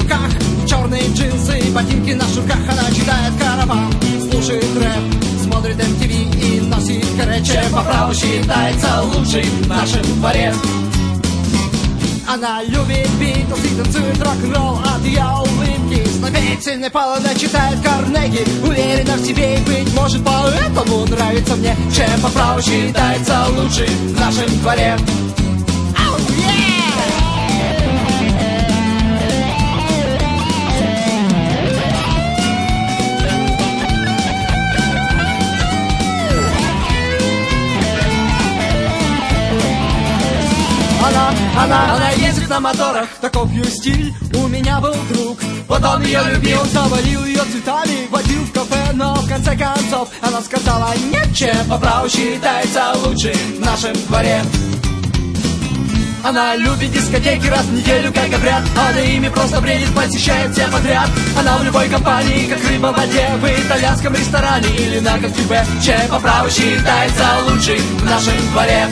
руках, черные джинсы, ботинки на шнурках. Она читает «Караван», слушает рэп, смотрит MTV и носит каре. Чем по праву считается лучшим в нашем дворе. Она любит Битлз и танцует рок-н-ролл от ее улыбки. Знамеет сильной полной, читает Карнеги. Уверена в себе и, быть может, поэтому нравится мне. Чем по праву считается лучшим в нашем дворе. Она ездит на моторах, таков ее стиль. У меня был друг, вот он ее любил, завалил ее цветами, водил в кафе, но в конце концов она сказала нет. Чем по праву считается лучшим в нашем дворе. Она любит дискотеки раз в неделю, как обряд. Она ими просто бредит, посещает все подряд. Она в любой компании, как рыба в воде, в итальянском ресторане или на коктейле. Чем по праву считается лучшим в нашем дворе.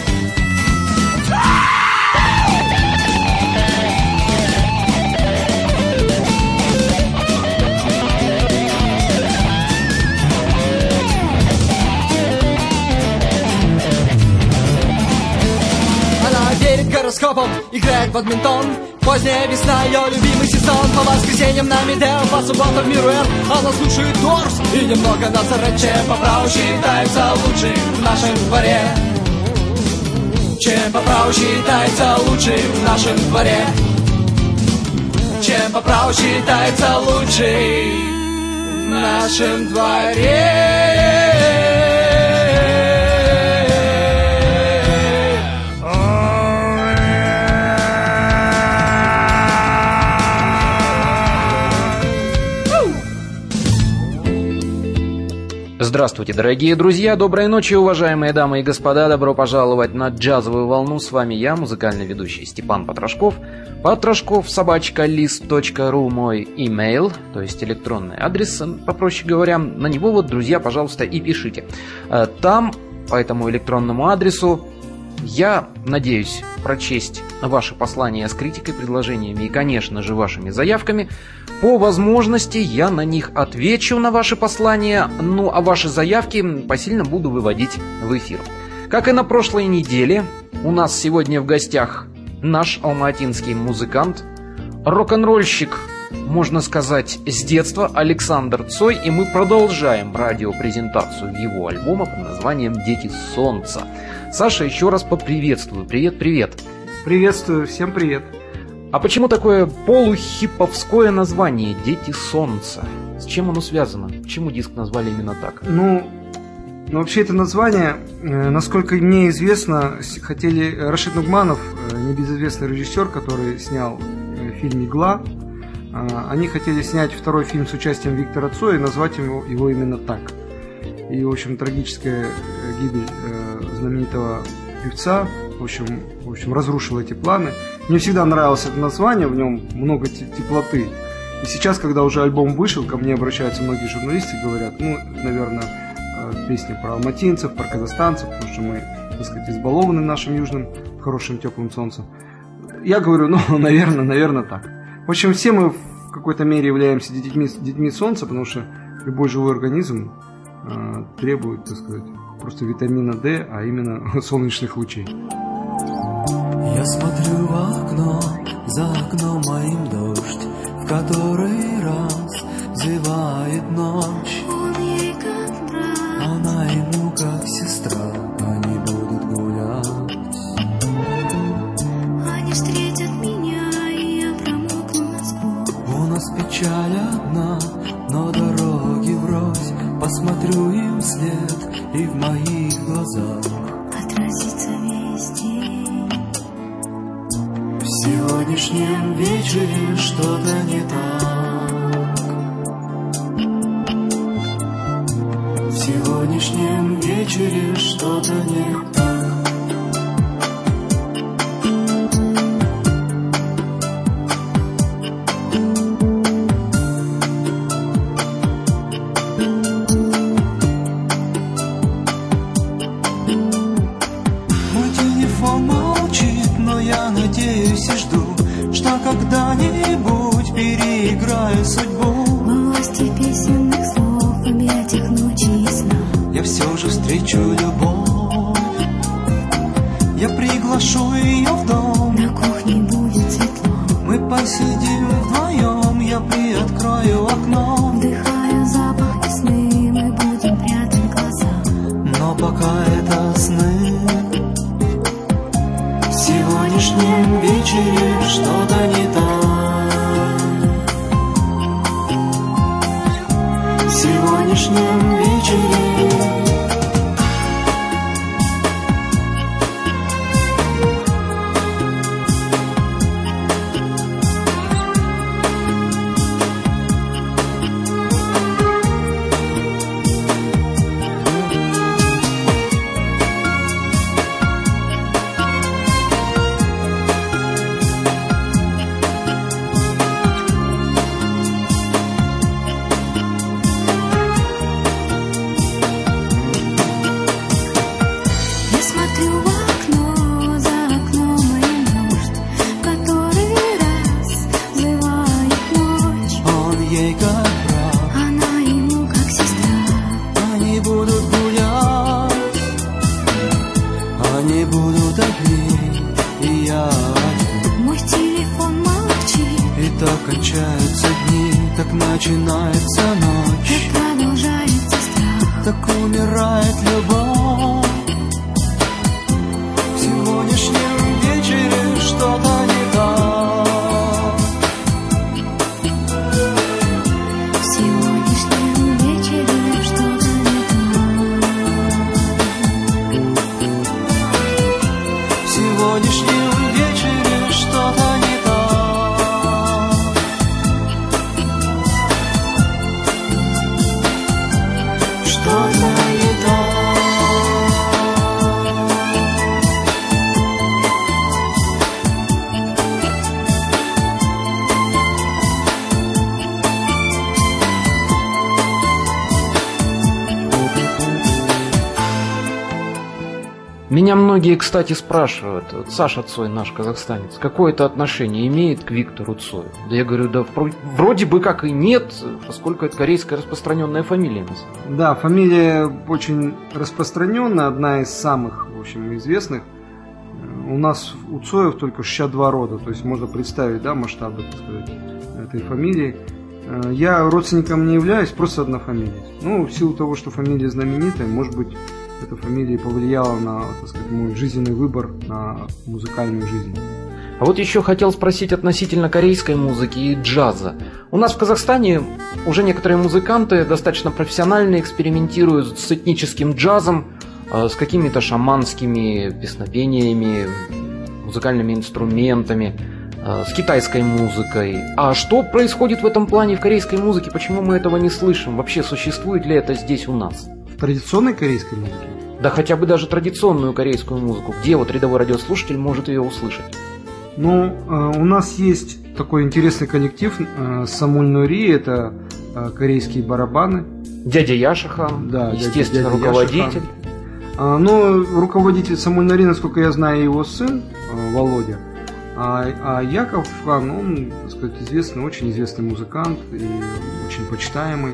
Гороскопом играет в бадминтон. Поздняя весна, ее любимый сезон. По воскресеньям на Медео, по субботам Мируэн. Она слушает Дорс и немного Назарет. Чем по праву считается лучшим в нашем дворе. Чем по праву считается лучшим в нашем дворе. Чем по праву считается лучшим в нашем дворе. Здравствуйте, дорогие друзья, доброй ночи, уважаемые дамы и господа, добро пожаловать на джазовую волну, с вами я, музыкальный ведущий Степан Потрошков, потрошков@list.ru мой имейл, то есть электронный адрес, попроще говоря, на него вот, друзья, пожалуйста, и пишите. Там, по этому электронному адресу, я надеюсь прочесть ваши послания с критикой, предложениями и, конечно же, вашими заявками. По возможности я на них отвечу, на ваши послания, ну а ваши заявки посильно буду выводить в эфир. Как и на прошлой неделе, у нас сегодня в гостях наш алматинский музыкант, рок-н-ролльщик, можно сказать, с детства, Александр Цой, и мы продолжаем радиопрезентацию его альбома под названием «Дети солнца». Саша, еще раз поприветствую. Привет-привет. Приветствую, всем привет. А почему такое полухиповское название «Дети солнца»? С чем оно связано? Почему диск назвали именно так? Ну вообще это название, насколько мне известно, хотели Рашид Нугманов, небезызвестный режиссер, который снял фильм «Игла», они хотели снять второй фильм с участием Виктора Цоя и назвать его именно так. И, в общем, трагическая гибель знаменитого певца, в общем, разрушила эти планы. Мне всегда нравилось это название, в нем много теплоты. И сейчас, когда уже альбом вышел, ко мне обращаются многие журналисты и говорят, наверное, песни про алматинцев, про казахстанцев, потому что мы, так сказать, избалованы нашим южным, хорошим, теплым солнцем. Я говорю, наверное, так. В общем, все мы в какой-то мере являемся детьми солнца, потому что любой живой организм требует, так сказать, просто витамина D, а именно солнечных лучей. Я смотрю в окно, за окном моим дождь, в который раз зевает ночь. Он ей как брат, она ему как сестра, они будут гулять. они встретят меня, и я промокну насквозь. У нас печаль одна, но дороги врозь. Посмотрю им вслед, и в моих глазах Отразится весь день. в сегодняшнем вечере что-то не так. В сегодняшнем вечере что-то не так. Молчит, но я надеюсь и жду, что когда-нибудь переиграю судьбу. Во власти песенных слов, в объятиях ночи и сна. Я все же встречу любовь. Я приглашу ее в дом. На кухне будет светло. Мы посидим вдвоем, я приоткрою окно. Вдыхая запах весны, мы будем прятать глаза. Но пока это сны. В сегодняшнем вечере что-то не так. В сегодняшнем вечере. Кончаются дни, так начинается ночь, так продолжается страх, так умирает любовь. В сегодняшнем вечере что-то не так. в сегодняшнем вечере что-то не так. В сегодняшнем вечере что-то не так. Меня многие, кстати, спрашивают, вот Саша Цой, наш казахстанец, какое это отношение имеет к Виктору Цою? Да я говорю, да вроде бы как и нет, поскольку это корейская распространенная фамилия. Да, фамилия очень распространенная, одна из самых, в общем, известных. У нас у Цоев только 62 рода, то есть можно представить, да, масштабы, так сказать, этой фамилии. Я родственником не являюсь, просто одна фамилия. Ну, в силу того, что фамилия знаменитая, может быть, эта фамилия повлияла на, так сказать, мой жизненный выбор, на музыкальную жизнь. А вот еще хотел спросить относительно корейской музыки и джаза. У нас в Казахстане уже некоторые музыканты достаточно профессионально экспериментируют с этническим джазом, с какими-то шаманскими песнопениями, музыкальными инструментами, с китайской музыкой. А что происходит в этом плане в корейской музыке? Почему мы этого не слышим? Вообще существует ли это здесь у нас? Традиционной корейской музыки? Да хотя бы даже традиционную корейскую музыку. Где вот рядовой радиослушатель может ее услышать? Ну, у нас есть такой интересный коллектив Самуль Нори, это корейские барабаны. Дядя Яшихан, да, естественно, дядя руководитель. Но руководитель Самуль Нори, насколько я знаю, его сын Володя. А Яков Хан, он, так сказать, известный, очень известный музыкант и очень почитаемый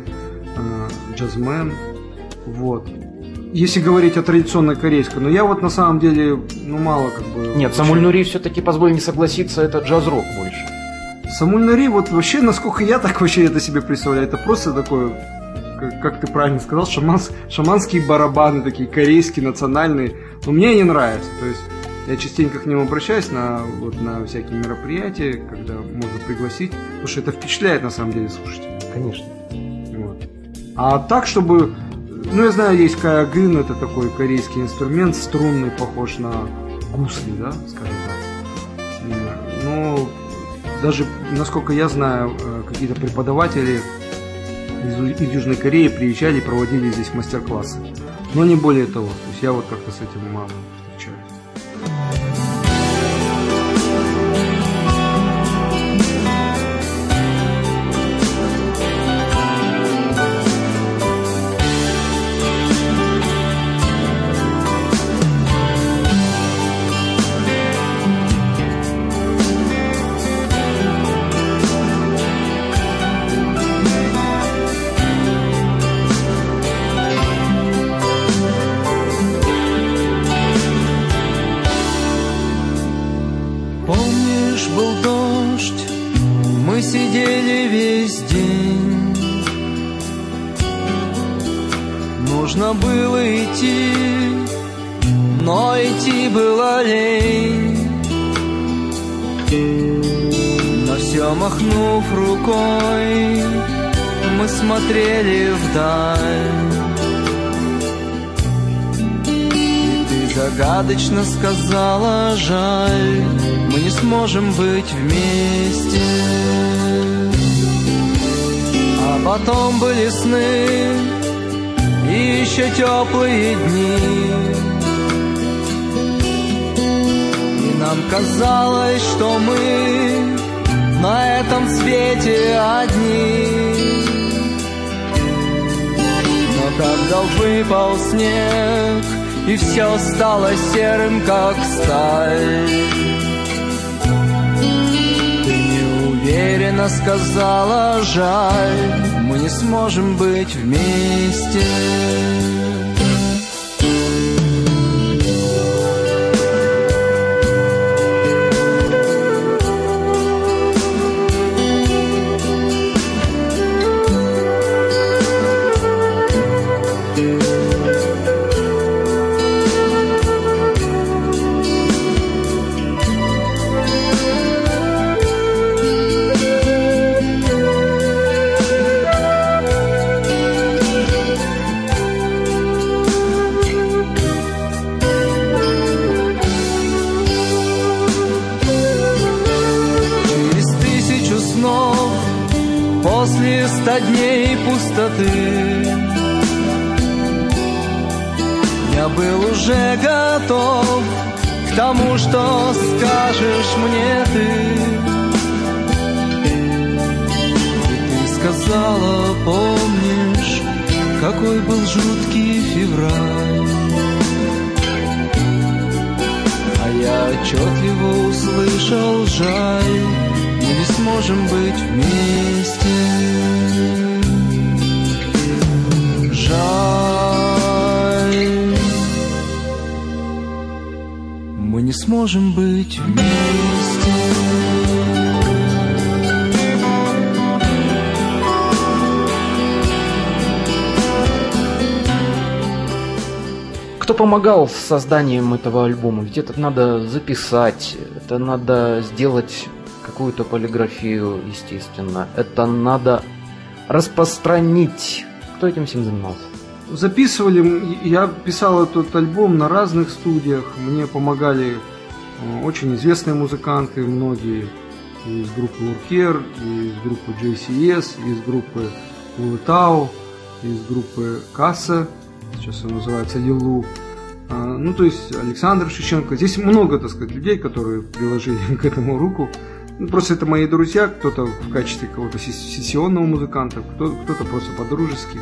джазмен. Вот. Если говорить о традиционной корейской, но я вот на самом деле, мало как бы... Нет, Самуль Нури все-таки, позволь не согласиться, это джаз-рок больше. Самуль Нури, вот вообще, насколько я так вообще это себе представляю, это просто такое, как ты правильно сказал, шаманские барабаны, такие корейские, национальные. Но мне они нравятся, то есть я частенько к ним обращаюсь на всякие мероприятия, когда можно пригласить, потому что это впечатляет на самом деле слушателей. Конечно. Вот. А так, чтобы... я знаю, есть каягын, это такой корейский инструмент, струнный, похож на гусли, да, скажем так. Но даже, насколько я знаю, какие-то преподаватели из Южной Кореи приезжали и проводили здесь мастер-классы. Но не более того. То есть я вот как-то с этим мало встречаюсь. нужно было идти, но идти было лень. Но все махнув рукой, мы смотрели вдаль. И ты загадочно сказала: жаль, мы не сможем быть вместе. А потом были сны и еще теплые дни, и нам казалось, что мы на этом свете одни. Но когда выпал снег, и все стало серым, как сталь, ты неуверенно сказала: жаль, мы не сможем быть вместе. После 100 дней пустоты я был уже готов к тому, что скажешь мне ты. И ты сказала: помнишь, какой был жуткий февраль? А я отчетливо услышал: жаль, мы не сможем быть вместе. Жаль, мы не сможем быть вместе. Кто помогал с созданием этого альбома? Ведь это надо записать, это надо сделать какую-то полиграфию, естественно. Это надо распространить. Кто этим всем занимался? Записывали, я писал этот альбом на разных студиях. Мне помогали очень известные музыканты, многие из группы Уркер, из группы JCS, из группы Улытау, из группы Касса, сейчас она называется Лилу. Ну, то есть Александр Шевченко. Здесь много, так сказать, людей, которые приложили к этому руку. Ну, просто это мои друзья, кто-то в качестве какого-то сессионного музыканта, кто-то просто по-дружески.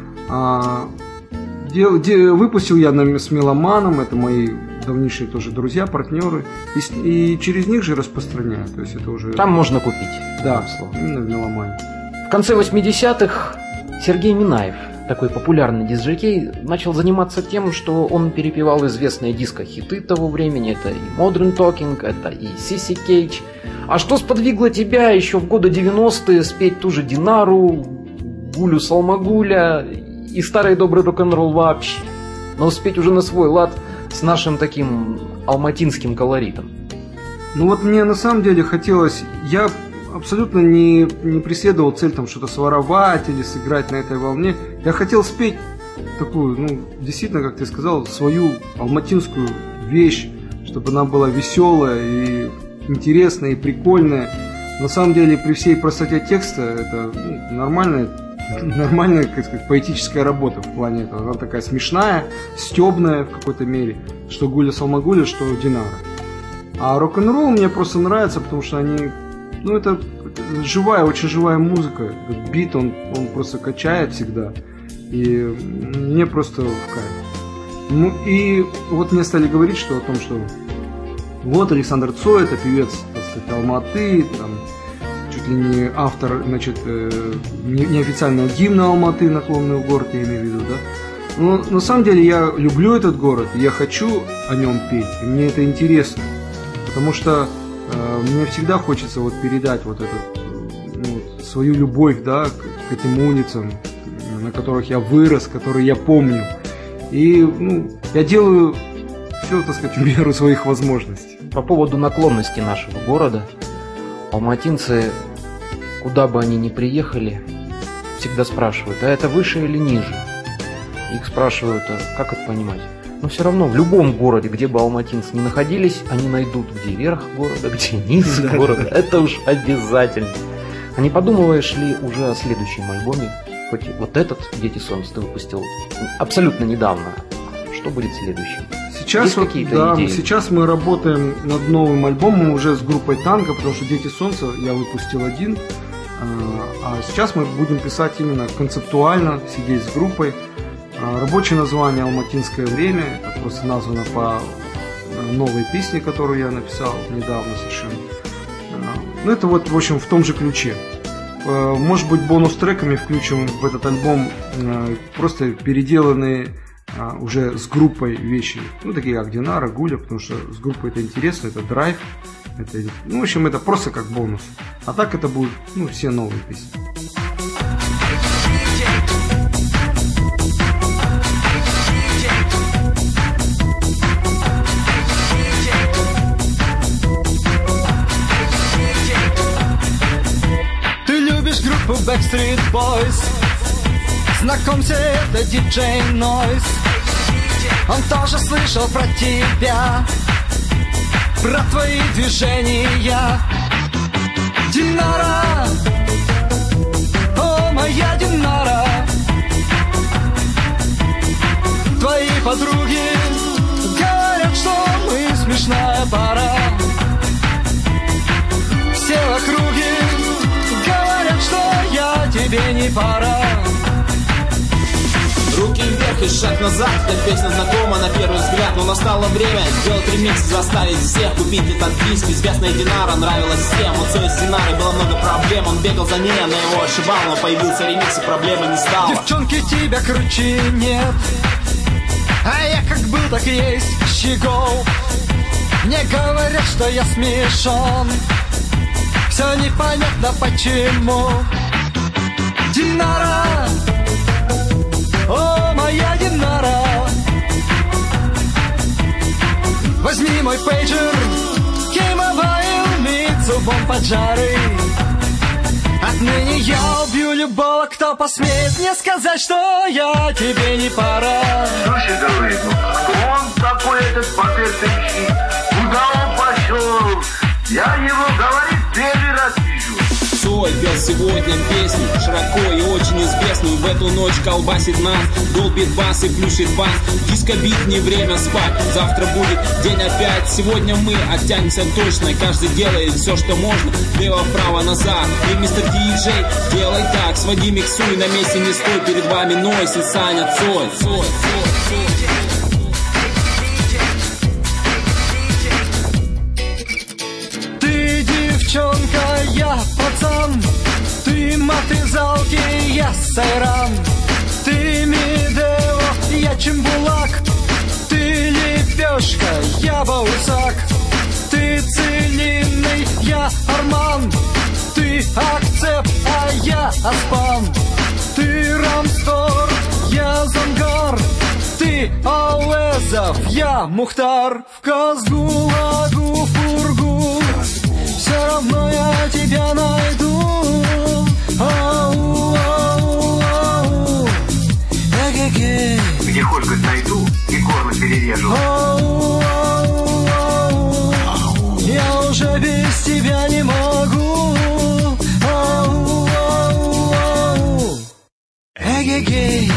Выпустил я с Меломаном, это мои давнейшие тоже друзья, партнеры, и через них же распространяю. То есть это уже... Там можно купить. Да, именно в Меломане. В конце 80-х Сергей Минаев, такой популярный диск-жокей, начал заниматься тем, что он перепевал известные диско-хиты того времени. Это и Modern Talking, это и Сиси Кейдж. А что сподвигло тебя еще в годы 90-е спеть ту же Динару, Гулю Салмагуля и старый добрый рок-н-ролл вообще? Но спеть уже на свой лад с нашим таким алматинским колоритом. Ну вот мне на самом деле хотелось... Я абсолютно не преследовал цель там что-то своровать или сыграть на этой волне. Я хотел спеть такую, ну, действительно, как ты сказал, свою алматинскую вещь, чтобы она была веселая и интересная и прикольная. На самом деле, при всей простоте текста, это нормальная, как сказать, поэтическая работа в плане этого. Она такая смешная, стебная в какой-то мере, что Гуля Салмагуля, что Динара. А рок-н-ролл мне просто нравится, потому что они... Ну, это живая, очень живая музыка. Этот бит, он просто качает всегда. И мне просто в кайф. Ну, и вот мне стали говорить, что о том, что вот Александр Цой, это певец, так сказать, Алматы, там, чуть ли не автор, значит, неофициального гимна Алматы, наклонный город, я имею в виду, да. Но на самом деле я люблю этот город, я хочу о нем петь, и мне это интересно. Потому что мне всегда хочется вот передать вот этот, ну, свою любовь, да, к этим улицам, на которых я вырос, которые я помню. И я делаю все, так сказать, в меру своих возможностей. По поводу наклонности нашего города, алматинцы, куда бы они ни приехали, всегда спрашивают, а это выше или ниже? Их спрашивают, а как это понимать? Но все равно в любом городе, где бы алматинцы ни находились, они найдут, где верх города, где низ города. Это уж обязательно. А не подумываешь ли уже о следующем альбоме? Хоть вот этот «Дети солнца» ты выпустил абсолютно недавно. Что будет следующим? Сейчас мы работаем над новым альбомом уже с группой «Танго», потому что «Дети солнца» я выпустил один. А сейчас мы будем писать именно концептуально, сидеть с группой. Рабочее название «Алматинское время», это просто названо по новой песне, которую я написал недавно совершенно. Это в общем, в том же ключе. Может быть, бонус-треками включим в этот альбом просто переделанные уже с группой вещи, такие как Динара, Гуля, потому что с группой это интересно, это драйв, в общем, это просто как бонус. А так это будут, все новые песни. Backstreet Boys, знакомься, это диджей Нойз. Он тоже слышал про тебя, про твои движения. Динара, о, моя Динара, твои подруги говорят, что мы смешная пара. Все в округе говорят, что я тебе не пара. Руки вверх и шаг назад, эта песня знакома на первый взгляд. Но настало время сделать ремикс и заставить всех купить этот диск. Известная Динара нравилась всем. У Цоя с Динарой было много проблем. Он бегал за ней, она его ошибала. Но появился ремикс и проблемы не стало. Девчонки, тебя круче нет. А я как был, так и есть щегол. Мне говорят, что я смешон. Все непонятно почему. Динара, о, моя Динара, возьми мой пейджер, K-Mobile, Митсубом поджары. Отныне я убью любого, кто посмеет мне сказать, что я тебе не пара. Слушай, говорит, кто он такой, этот попертый? Куда он пошел? Я его, говорит, первый раз вижу. Цой пел сегодня песню, широко и очень известную. В эту ночь колбасит нас, долбит бас и плющит бас. Диско-бит, не время спать, завтра будет день опять. Сегодня мы оттянемся точно, каждый делает все, что можно. Влево-вправо, назад, и мистер Диджей, делай так. Своди, миксуй, на месте не стой, перед вами Нойз и Саня Цой. Девчонка, я пацан, ты матызалки, я сайран. Ты Медео, я Чембулак, ты лепешка, я Баусак. Ты целинный, я Арман, ты Акцепт, а я Аспан. Ты Рамстор, я Зангар, ты Ауэзов, я Мухтар. В Казгу, Лагу, Фургу, все равно я тебя найду. Ау, ау, ау. Эге-ге. Где хоть говорит, найду и горло перережу. Ау, ау, ау. Я уже без тебя не могу. Ау, ау, ау. Эге-ге.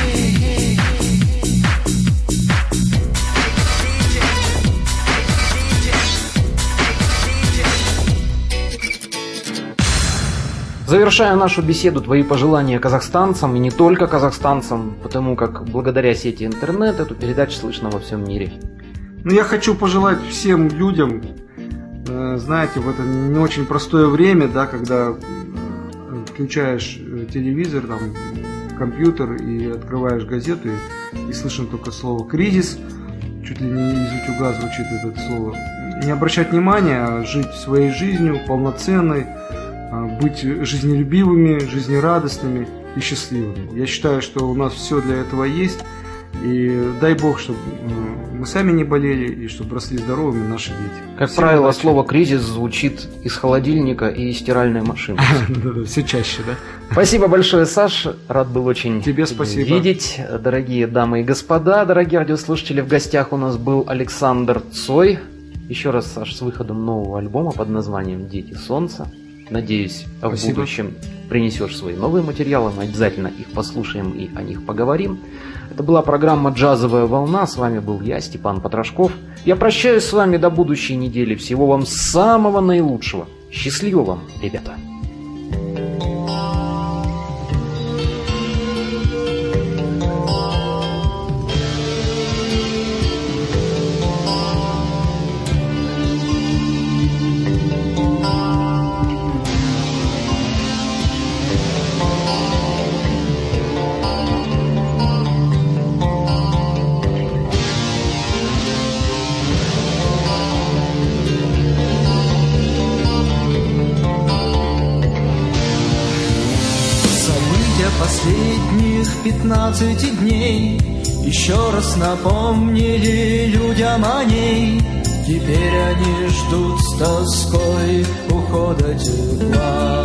Завершая нашу беседу, твои пожелания казахстанцам, и не только казахстанцам, потому как благодаря сети интернет эту передачу слышно во всем мире. Я хочу пожелать всем людям, знаете, в это не очень простое время, да, когда включаешь телевизор, там, компьютер и открываешь газету, и слышно только слово «кризис», чуть ли не из утюга звучит это слово. Не обращать внимания, а жить своей жизнью, полноценной, быть жизнелюбивыми, жизнерадостными и счастливыми. Я считаю, что у нас все для этого есть. И дай Бог, чтобы мы сами не болели, и чтобы росли здоровыми наши дети. Как Всем правило, удачи. слово «кризис» звучит из холодильника и из стиральной машины. Да-да, все чаще, да? Спасибо большое, Саш. Рад был очень Тебе спасибо. видеть. Дорогие дамы и господа, дорогие радиослушатели, в гостях у нас был Александр Цой. Еще раз, Саш, с выходом нового альбома под названием «Дети солнца». Надеюсь, в будущем принесешь свои новые материалы. Мы обязательно их послушаем и о них поговорим. Это была программа «Джазовая волна». С вами был я, Степан Потрошков. Я прощаюсь с вами до будущей недели. Всего вам самого наилучшего. Счастливо вам, ребята. Последних 15 дней еще раз напомнили людям о ней. Теперь они ждут с тоской ухода тепла.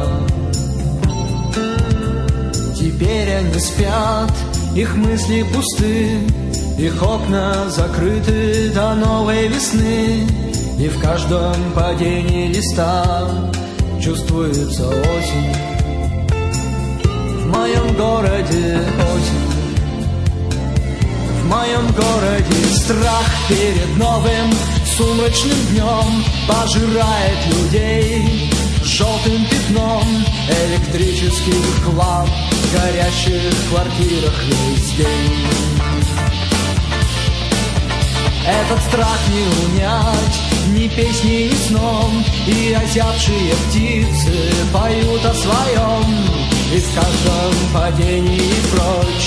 Теперь они спят, их мысли пусты, их окна закрыты до новой весны. И в каждом падении листа чувствуется осень. В моем городе осень, в моем городе страх перед новым сумрачным днем пожирает людей желтым пятном электрических ламп в горящих квартирах весь день. Этот страх не унять ни песней, ни сном, и озябшие птицы поют о своем. И в каждом падении прочь